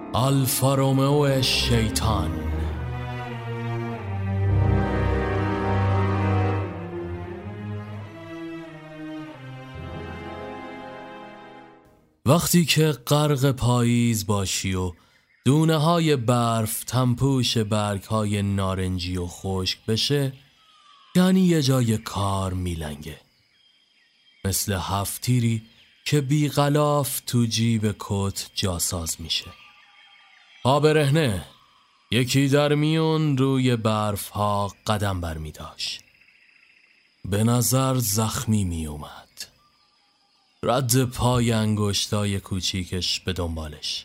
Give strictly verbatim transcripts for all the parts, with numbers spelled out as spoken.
آلفا رومئو شیطان. وقتی که غرق پاییز باشی و دونه های برف تنپوش برگ های نارنجی و خشک بشه، یعنی یه جای کار میلنگه. مثل هفتیری که بی غلاف تو جیب کت جاساز میشه. پا برهنه، یکی در میون روی برف ها قدم بر می داشت. به نظر زخمی می اومد. رد پای انگشتای کوچیکش به دنبالش.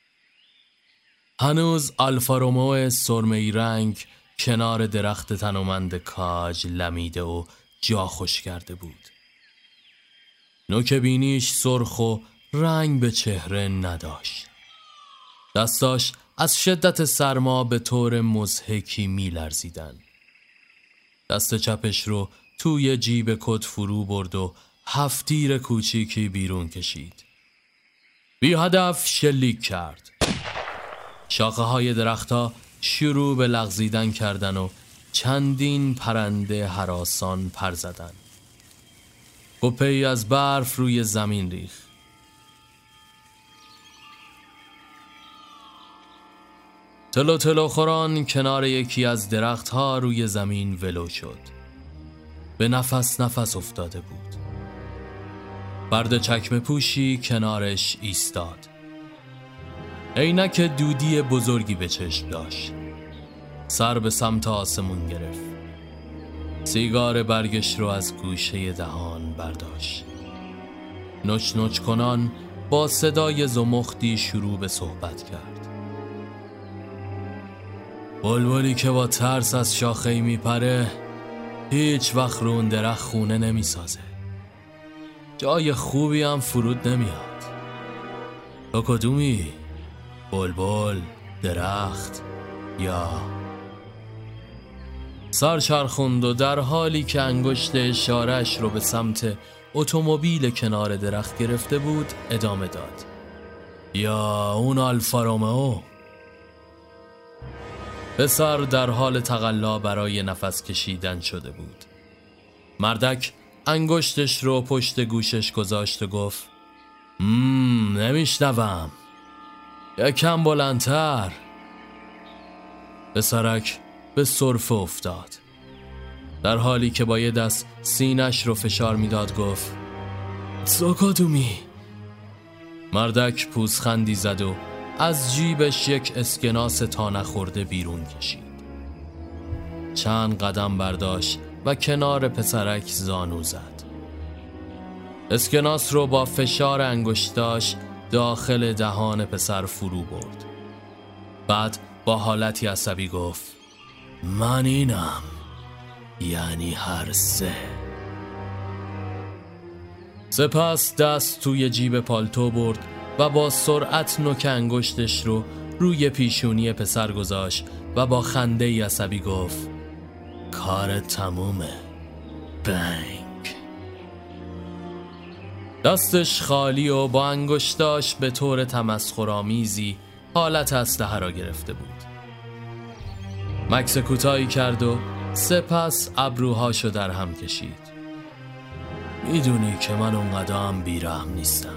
هنوز آلفا رومئو سرمه‌ای رنگ کنار درخت تنومند کاج لمیده و جا خوش کرده بود. نوک بینیش سرخ و رنگ به چهره نداشت. دستاش از شدت سرما به طور مضحکی می لرزیدن. دست چپش رو توی جیب کت فرو برد و هفتیر کوچیکی بیرون کشید. بی هدف شلیک کرد. شاخه های درختها شروع به لغزیدن کردن و چندین پرنده هراسان پر زدن. کپه‌ای از برف روی زمین ریخت. تلو تلو خوران کنار یکی از درختها روی زمین ولو شد. به نفس نفس افتاده بود. برد چکمه پوشی کنارش ایستاد. عینک دودی بزرگی به چشم داشت. سر به سمت آسمون گرفت. سیگار برگش رو از گوشه دهان برداشت. نوچ نوچ کنان با صدای زمختی شروع به صحبت کرد. بلبلی که با ترس از شاخه‌ای میپره هیچ وقت رو اون درخت خونه نمیسازه. جای خوبی هم فرود نمیاد. تو کدومی؟ بلبل، درخت یا؟ سر چرخوند و در حالی که انگشت اشاره‌اش رو به سمت اتومبیل کنار درخت گرفته بود ادامه داد. یا اون آلفا رومئو. پسر در حال تقلا برای نفس کشیدن شده بود. مردک انگشتش رو پشت گوشش گذاشت و گفت مم نمیشنوم. یکم بلندتر. پسرک به سرفه افتاد. در حالی که با یه دست سینش رو فشار میداد گفت تو کدومی؟ مردک پوزخندی زد و از جیبش یک اسکناس تا نخورده بیرون کشید. چند قدم برداشت و کنار پسرک زانو زد. اسکناس رو با فشار انگشتاش داخل دهان پسر فرو برد. بعد با حالتی عصبی گفت من اینم، یعنی هر سه. سپس دست توی جیب پالتو برد و با سرعت نوک انگشتش رو روی پیشونی پسر گذاشت و با خنده عصبی گفت کار تمومه. بنگ. دستش خالی و با انگشتاش به طور تمسخرآمیزی حالت اسلحه را گرفته بود. مکث کوتاهی کرد و سپس ابروهاشو در هم کشید. میدونی که من اونقدر هم بیرحم نیستم.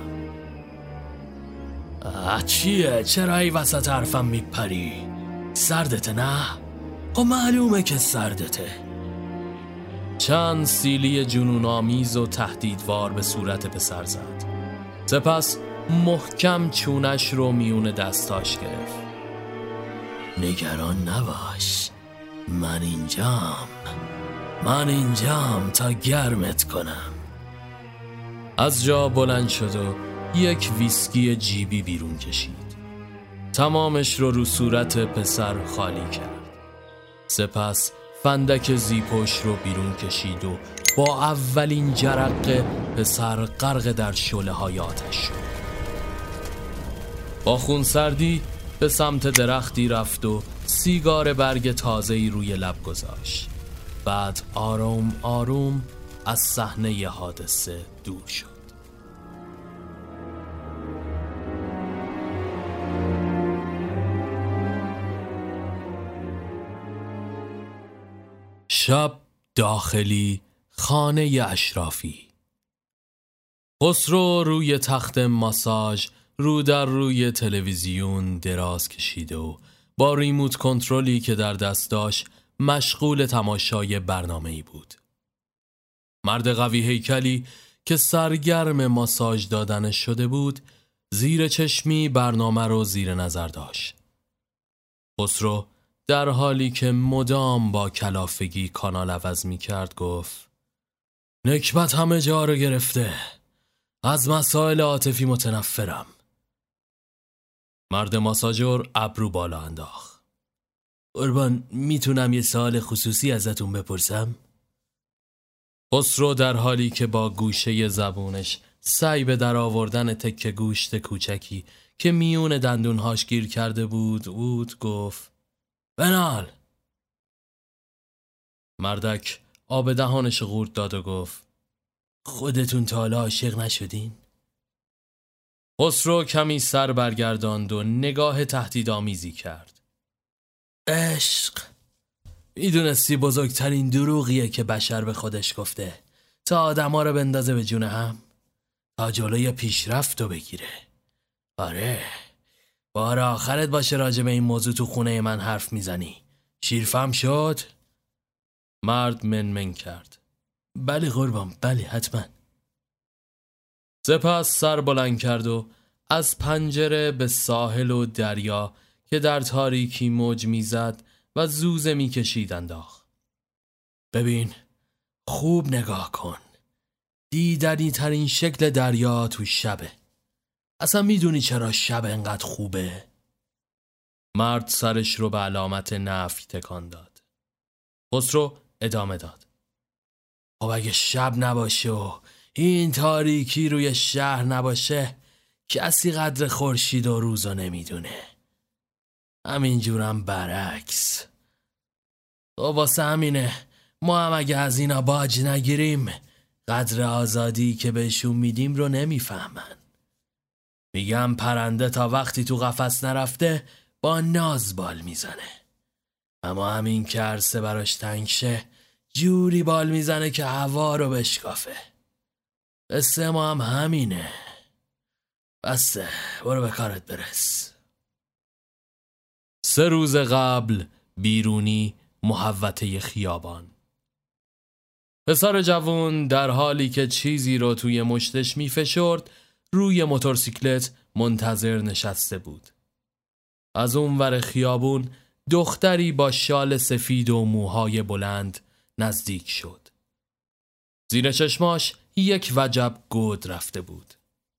چیه؟ چرا ای وسط حرفم میپری؟ سردته نه؟ خب معلومه که سردته. چند سیلی جنون آمیز و تهدیدوار به صورت پسر زد. سپس محکم چونش رو میون دستاش گرفت. نگران نباش، من اینجام. من اینجام تا گرمت کنم. از جا بلند شد و یک ویسکی جیبی بیرون کشید. تمامش رو رو صورت پسر خالی کرد. سپس فندک زیپوش رو بیرون کشید و با اولین جرقه پسر غرق در شعله های آتش شد. با خونسردی به سمت درختی رفت و سیگار برگ تازه‌ای روی لب گذاشت. بعد آروم آروم از صحنه حادثه دور شد. شب داخلی خانه اشرافی. خسرو روی تخت ماساژ رو در روی تلویزیون دراز کشیده و با ریموت کنترلی که در دست داشت مشغول تماشای برنامه‌ای بود. مرد قوی هیکلی که سرگرم ماساژ دادن شده بود زیر چشمی برنامه رو زیر نظر داشت. خسرو در حالی که مدام با کلافگی کانال عوض می کرد گفت: نکبت همه جا رو گرفته، از مسائل عاطفی متنفرم. مرد ماساژور ابرو بالا انداخت. قربان، میتونم یه سوال خصوصی ازتون بپرسم؟ خسرو در حالی که با گوشه زبونش سعی به در آوردن تکه گوشت کوچکی که میون دندونهاش گیر کرده بود بود گفت: بنال. مردک آب دهانش غورت داد و گفت: خودتون تا حالا عاشق نشدین؟ خسرو کمی سر برگرداند و نگاه تهدیدآمیزی کرد. عشق میدونستی بزرگترین دروغیه که بشر به خودش گفته تا آدما رو بندازه به جون هم، تا جلوی پیشرفت رو بگیره. آره، بار آخرت باشه راجع به این موضوع تو خونه من حرف میزنی. شیرفهم شد؟ مرد منمن کرد. بله قربان، بله حتما. سپس سر بلند کرد و از پنجره به ساحل و دریا که در تاریکی موج میزد و زوزه میکشید انداخت. ببین، خوب نگاه کن. دیدنی ترین شکل دریا تو شبه. اصلا میدونی چرا شب انقدر خوبه؟ مرد سرش رو به علامت نفی تکان داد. خسرو ادامه داد. خب اگه شب نباشه و این تاریکی روی شهر نباشه، کسی قدر خورشید و روزو نمیدونه. همینجورم برعکس. و واسه همینه ما هم اگه از اینا باج نگیریم قدر آزادی که بهشون میدیم رو نمیفهمن. میگم پرنده تا وقتی تو قفس نرفته با ناز بال میزنه، اما همین که عرصه براش تنگ شه جوری بال میزنه که هوا رو بشکافه. قصه ما هم همینه. بسه، برو به کارت برس. سه روز قبل بیرونی محوطه خیابان. پسر جوان در حالی که چیزی رو توی مشتش میفشرد روی موتورسیکلت منتظر نشسته بود. از اون ور خیابون دختری با شال سفید و موهای بلند نزدیک شد. زیر چشماش یک وجب گود رفته بود.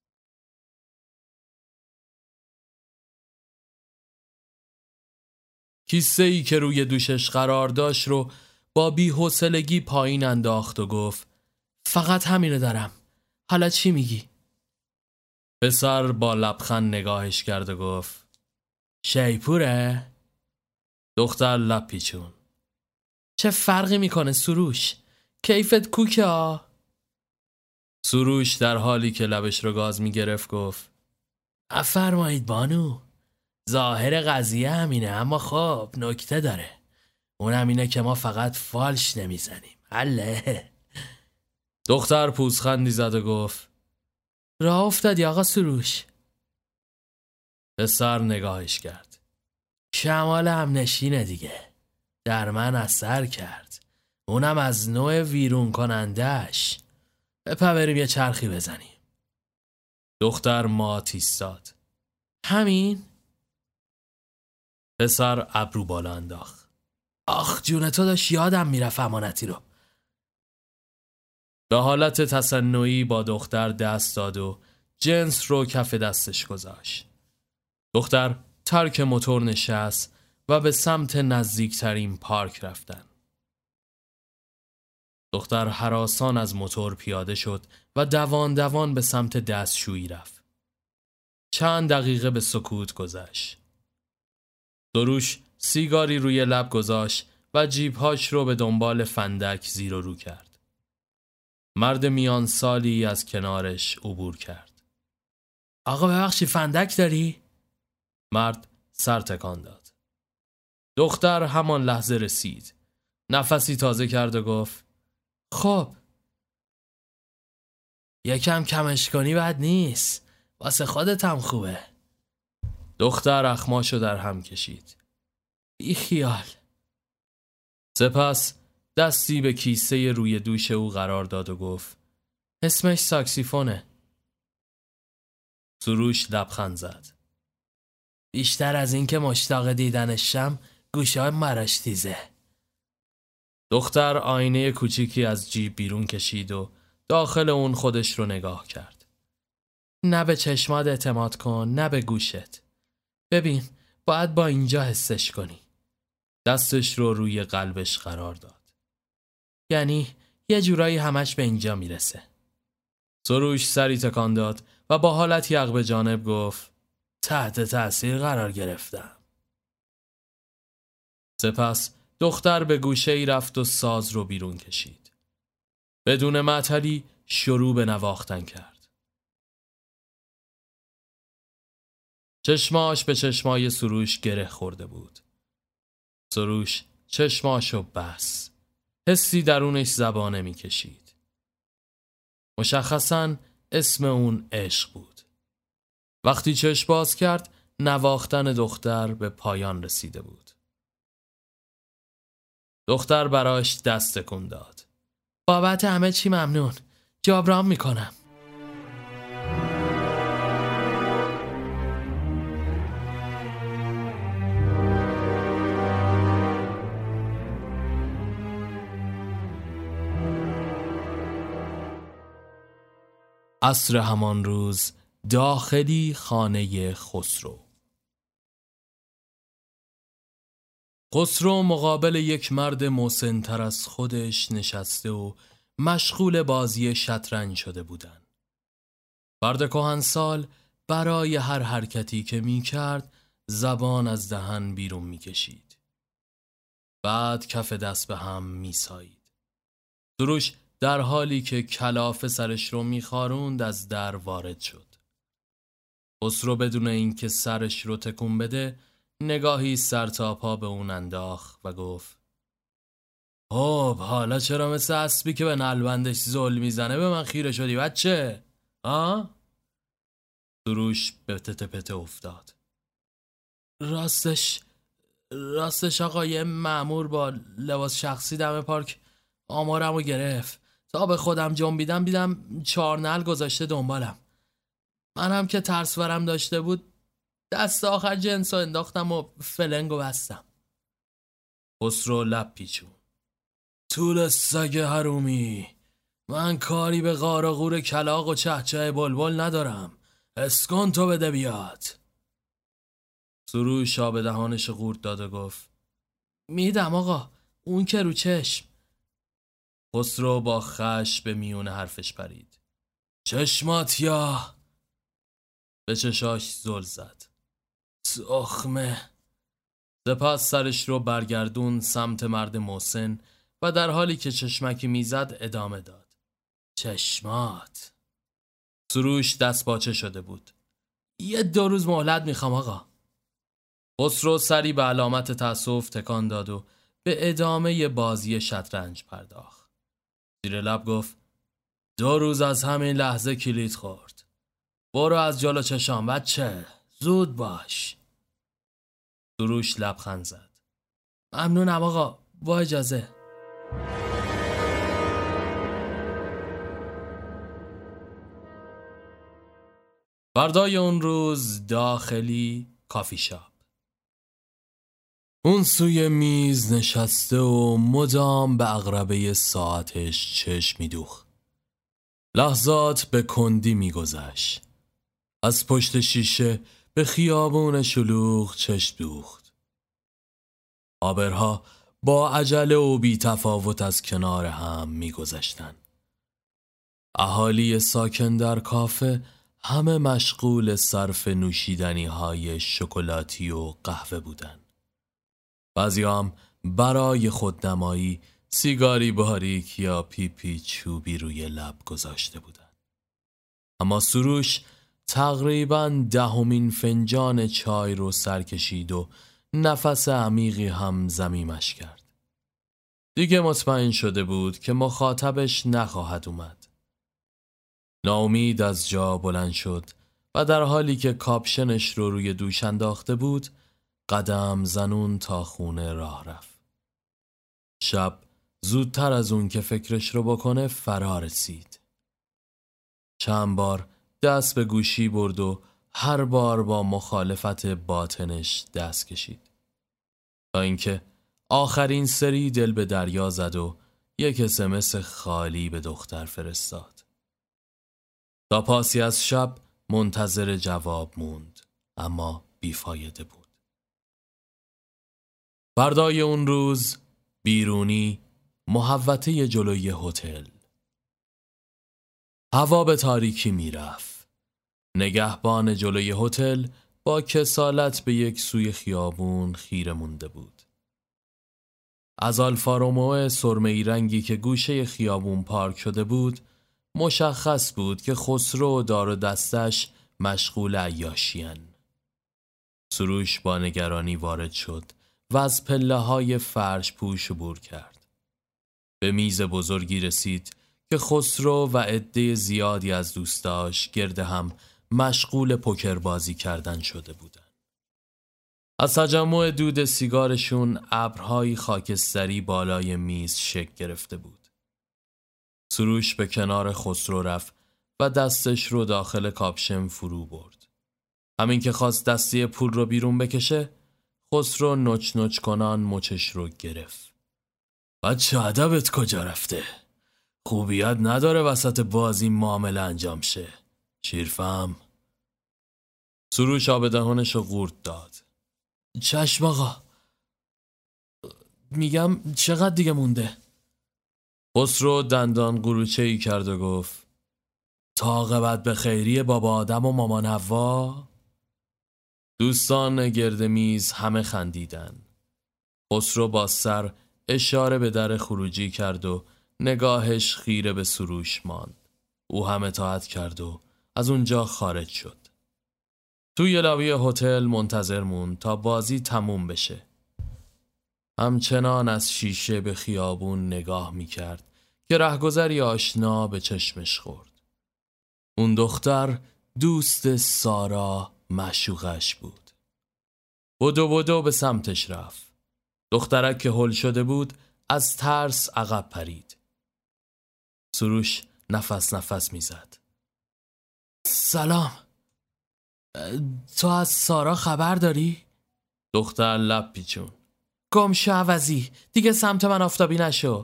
کیسه‌ای که روی دوشش قرار داشت رو با بی‌حوصلگی پایین انداخت و گفت: فقط همینو دارم. حالا چی میگی؟ پسر با لبخند نگاهش کرد و گفت: شیپوره؟ دختر لب پیچون: چه فرقی میکنه سروش؟ کیفت کوکه ها؟ سروش در حالی که لبش رو گاز میگرفت گفت: افرمایید بانو، ظاهر قضیه همینه، اما خب نکته داره. اون همینه که ما فقط فالش نمیزنیم. حله. دختر پوزخندی زد و گفت: راه افتادی آقا سروش؟ پسر نگاهش کرد. کمال هم نشینه دیگه، در من اثر کرد، اونم از نوع ویرون کنندش. بپا بریم یه چرخی بزنیم. دختر مات ایستاد. همین؟ پسر ابرو بالا انداخت. آخ جون تو، داشت یادم میرفت امانتی رو. به حالت تصنعی با دختر دست داد و جنس رو کف دستش گذاشت. دختر ترک موتور نشست و به سمت نزدیکترین پارک رفتن. دختر هراسان از موتور پیاده شد و دوان دوان به سمت دستشویی رفت. چند دقیقه به سکوت گذشت. سروش سیگاری روی لب گذاشت و جیبهاش رو به دنبال فندک زیر و رو کرد. مرد میان سالی از کنارش عبور کرد. آقا ببخشی فندک داری؟ مرد سر تکان داد. دختر همان لحظه رسید. نفسی تازه کرد و گفت خب یکم کمش کنی بد نیست، واسه خودت هم خوبه. دختر اخماشو در هم کشید. بی خیال. سپس دستی به کیسه روی دوش او قرار داد و گفت اسمش ساکسیفونه. سروش لبخند زد. بیشتر از این که مشتاق دیدنشم گوشای مراش تیزه. دختر آینه کوچیکی از جیب بیرون کشید و داخل اون خودش رو نگاه کرد. نه به چشمات اعتماد کن نه به گوشت. ببین باید با اینجا حسش کنی. دستش رو روی قلبش قرار داد. یعنی یه جورایی همش به اینجا میرسه. سروش سری تکان داد و با حالت یق به جانب گفت تحت تأثیر قرار گرفتم. سپس دختر به گوشه ای رفت و ساز رو بیرون کشید. بدون معطلی شروع به نواختن کرد. چشماش به چشمای سروش گره خورده بود. سروش چشماشو بس. حسی درونش زبانه می کشید. مشخصاً اسم اون عشق بود. وقتی چشم باز کرد نواختن دختر به پایان رسیده بود. دختر براش دست تکون داد. بابت همه چی ممنون. جبران میکنم. عصر همان روز داخلی خانه خسرو. خسرو مقابل یک مرد مسن‌تر از خودش نشسته و مشغول بازی شطرنج شده بودن. مرد کهنسال برای هر حرکتی که می کرد زبان از دهن بیرون می کشید. بعد کف دست به هم می سایید. سروش در حالی که کلافه سرش رو می خاروند از در وارد شد. خسرو بدون اینکه سرش رو تکون بده نگاهی سر تا پا به اون انداخت و گفت خب حالا چرا مثل اسبی که به نلبندش زل میزنه به من خیره شدی بچه؟ آه؟ سروش به تته پته افتاد. راستش راستش آقا یه مأمور با لباس شخصی دم پارک آمارمو گرفت. تا به خودم جنبیدم دیدم چهار نعل گذاشته دنبالم. منم که ترس ورم داشته بود دست آخر جنسو انداختم و فلنگو بستم. خسرو لب پیچون. طول سگ حرومی، من کاری به غار و غور کلاغ و چهچه بلبل ندارم. اسکن تو بده بیاد. سروش آب دهانش قورت داد و گفت میدم آقا، اون که رو چشم. خسرو با خش به میون حرفش پرید. چشمات یا؟ به چشاش زل زد. سخمه. سپس سرش رو برگردون سمت مرد محسن و در حالی که چشمکی میزد ادامه داد. چشمات. سروش دست باچه شده بود. یه دو روز مهلت میخوام آقا. خسرو سری به علامت تأسف تکان داد و به ادامه بازی شطرنج پرداخت. زیر لب گفت دو روز از همین لحظه کلید خورد. برو از جلو چشام بچه، زود باش. سروش لبخند زد. ممنونم آقا، با اجازه. فردای اون روز داخلی کافی شاپ. اون سوی میز نشسته و مدام به عقربه ساعتش چشم میدوخت. لحظات به کندی میگذشت. از پشت شیشه به خیابون شلوغ چشم دوخت. آبرها با عجله و بی تفاوت از کنار هم میگذشتن. اهالی ساکن در کافه همه مشغول صرف نوشیدنی های شکلاتی و قهوه بودن. بعضی هم برای خودنمایی سیگاری باریک یا پیپی چوبی روی لب گذاشته بودن. اما سروش تقریباً دهمین فنجان چای رو سر کشید و نفس عمیقی هم ضمیمش کرد. دیگه مطمئن شده بود که مخاطبش نخواهد اومد. ناامید از جا بلند شد و در حالی که کاپشنش رو روی دوش انداخته بود قدم زنون تا خونه راه رفت. شب زودتر از اون که فکرش رو بکنه فرا رسید. چند بار دست به گوشی برد و هر بار با مخالفت باطنش دست کشید تا اینکه آخرین سری دل به دریا زد و یک اسمس خالی به دختر فرستاد. تا پاسی از شب منتظر جواب موند، اما بیفایده بود. فردای اون روز بیرونی محوطه جلوی هتل. هوا به تاریکی میرفت. نگهبان جلوی هتل با کسالت به یک سوی خیابون خیره مونده بود. از آلفا رومئو سرمه‌ای رنگی که گوشه خیابون پارک شده بود مشخص بود که خسرو و دار و دستش مشغول عیاشی‌اند. سروش با نگرانی وارد شد و از پله های فرش پوش عبور کرد. به میز بزرگی رسید که خسرو و عده زیادی از دوستاش گرد هم مشغول پوکر بازی کردن شده بودن. از تجمع دود سیگارشون ابرهای خاکستری بالای میز شکل گرفته بود. سروش به کنار خسرو رفت و دستش رو داخل کاپشن فرو برد. همین که خواست دسته پول رو بیرون بکشه، خسرو نوچ نوچ کنان مچش رو گرفت. بچه ادبت کجا رفته؟ خوبیت نداره وسط بازی معامله انجام شه. شیرفهم. سروش آب دهانش رو قورت داد. چشم آقا. میگم چقدر دیگه مونده؟ خسرو دندان قروچه‌ای کرد و گفت عاقبت به خیریه بابا آدم و مامان حوا. دوستان گرد میز همه خندیدن. خسرو با سر اشاره به در خروجی کرد و نگاهش خیره به سروش ماند. او هم اطاعت کرد و از اونجا خارج شد. توی لابی هتل منتظر موند تا بازی تموم بشه. همچنان از شیشه به خیابون نگاه میکرد که رهگذری آشنا به چشمش خورد. اون دختر دوست سارا معشوقش بود. بدو بدو به سمتش رفت. دخترک که هل شده بود از ترس عقب پرید. سروش نفس نفس میزد. سلام. تو از سارا خبر داری؟ دختر لب پیچون. گم شو عوضی، دیگه سمت من آفتابی نشو.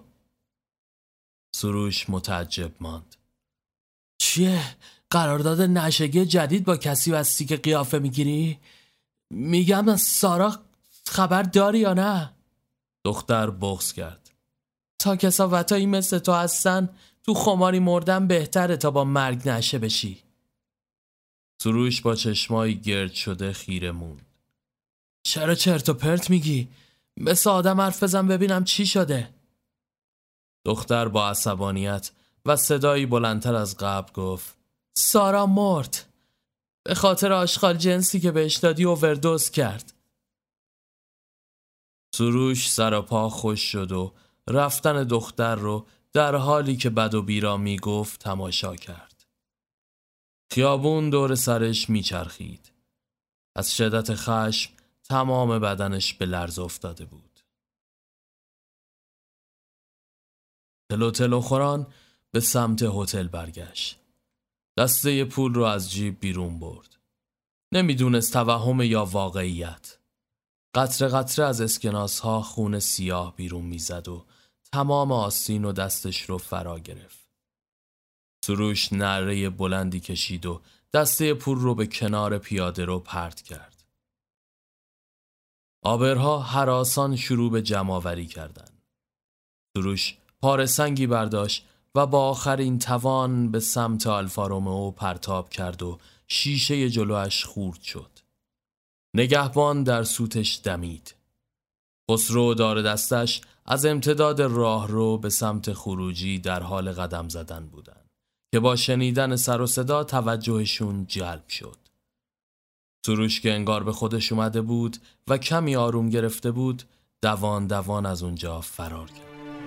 سروش متعجب ماند. چیه؟ قرارداد نشگی جدید با کسی بستی که قیافه میگیری؟ میگم از سارا خبر داری یا نه؟ دختر بغض کرد. تا کسافتایی مثل تو هستن تو خماری مردن بهتره تا با مرگ نشه بشی. سروش با چشمایی گرد شده خیره موند. چرا چرت و پرت میگی؟ مثل آدم حرف بزن ببینم چی شده. دختر با عصبانیت و صدایی بلندتر از قبل گفت سارا مرد. به خاطر آشغال جنسی که بهش دادی اووردوز کرد. سروش سر و پا خوش شد و رفتن دختر رو در حالی که بد و بیرا می گفت تماشا کرد. خیابون دور سرش می چرخید. از شدت خشم تمام بدنش به لرز افتاده بود. تلو تلو خوران به سمت هتل برگشت. دسته پول رو از جیب بیرون برد. نمیدونست توهم یا واقعیت. قطره قطره از اسکناس ها خون سیاه بیرون میزد و تمام آستین و دستش رو فرا گرفت. سروش نعره بلندی کشید و دسته پول رو به کنار پیاده رو پرت کرد. آبرها هراسان شروع به جمع‌آوری کردن. سروش پاره سنگی برداشت و با آخرین توان به سمت آلفا رومئو پرتاب کرد و شیشه جلوش خورد شد. نگهبان در سوتش دمید. خسرو دار دستش از امتداد راه رو به سمت خروجی در حال قدم زدن بودن که با شنیدن سر و صدا توجهشون جلب شد. سروش که انگار به خودش اومده بود و کمی آروم گرفته بود دوان دوان از اونجا فرار کرد.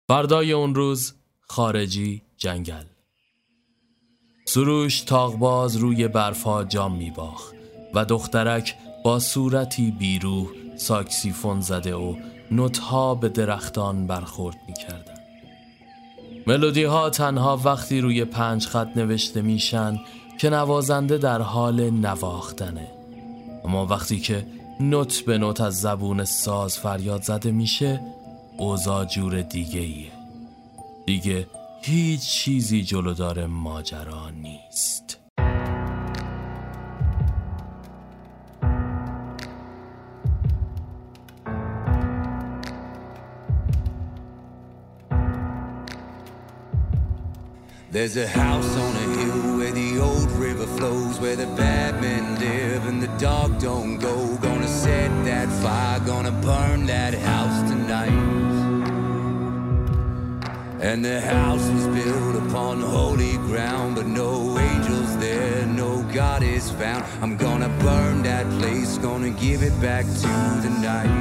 فردای اون روز خارجی جنگل. سروش تاغباز روی برفا جام میباخت و دخترک با صورتی بیروح ساکسیفون زده و نوت‌ها به درختان برخورد میکردن. ملودی ها تنها وقتی روی پنج خط نوشته میشن که نوازنده در حال نواختنه، اما وقتی که نوت به نوت از زبون ساز فریاد زده میشه اوضاع جور دیگه ایه. دیگه هیچ چیزی جلودار ماجرا نیست. There's a house on a hill where the old river flows, where the bad men live and the dog don't go. Gonna set that fire, gonna burn that house tonight. And the house was built upon holy ground, but no angels there, no God is found. I'm gonna burn that place, gonna give it back to the night.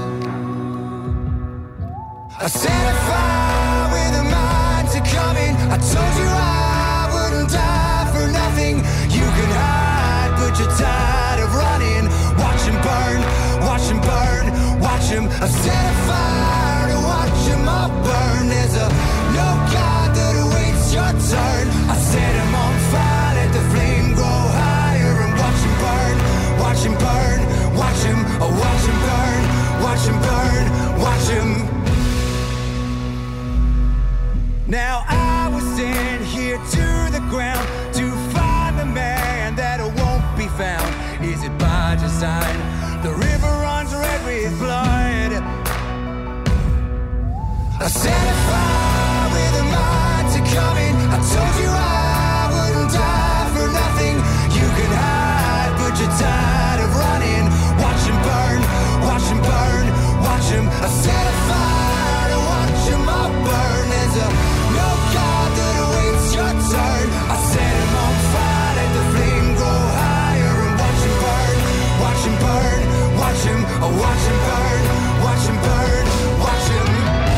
I set a fire with a mind to come in. I told you I wouldn't die for nothing. You can hide, but you're tired of running. Watch him burn, watch him burn, watch him. I set a fire to watch him all burn. There's a no God that awaits your turn. I set him on fire, let the flame grow higher. And watch him burn, watch him burn, watch him, oh watch him burn, watch him burn, watch him. Now I was sent here to the ground to find the man that won't be found. Is it by design? The river runs red with blood. I set a fire with a mind to come in. I told you I wouldn't die for nothing. You can hide, but you're tired of running. Watch him burn, watch him burn, watch him. I set a fire to watch him all burn. There's a no God that awaits your turn. I set him on fire, let the flame grow higher. And watch him burn, watch him burn, watch him, oh watch him burn, watch him burn, watch him.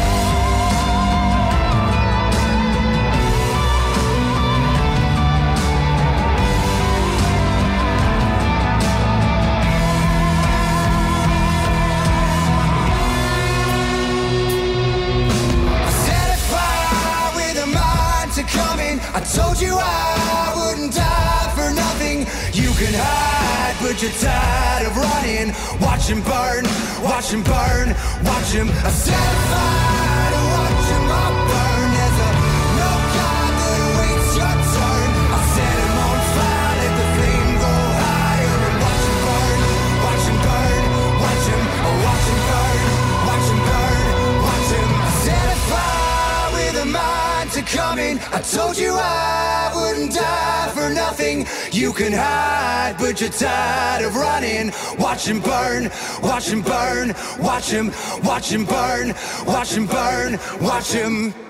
Coming, I told you I wouldn't die for nothing. You can hide, but you're tired of running. Watch him burn, watch him burn, watch him. I set a fire to watch him all burn. There's a no God that awaits your turn. I set him on fire, let the flame go higher. And watch him burn, watch him burn, watch him, oh watch him burn, watch him burn, watch him. I set a fire with a mind to come in. I told you I wouldn't die for nothing. You can hide, but you're tired of running. Watch him burn, watch him burn, watch him, watch him burn, watch him burn, watch him.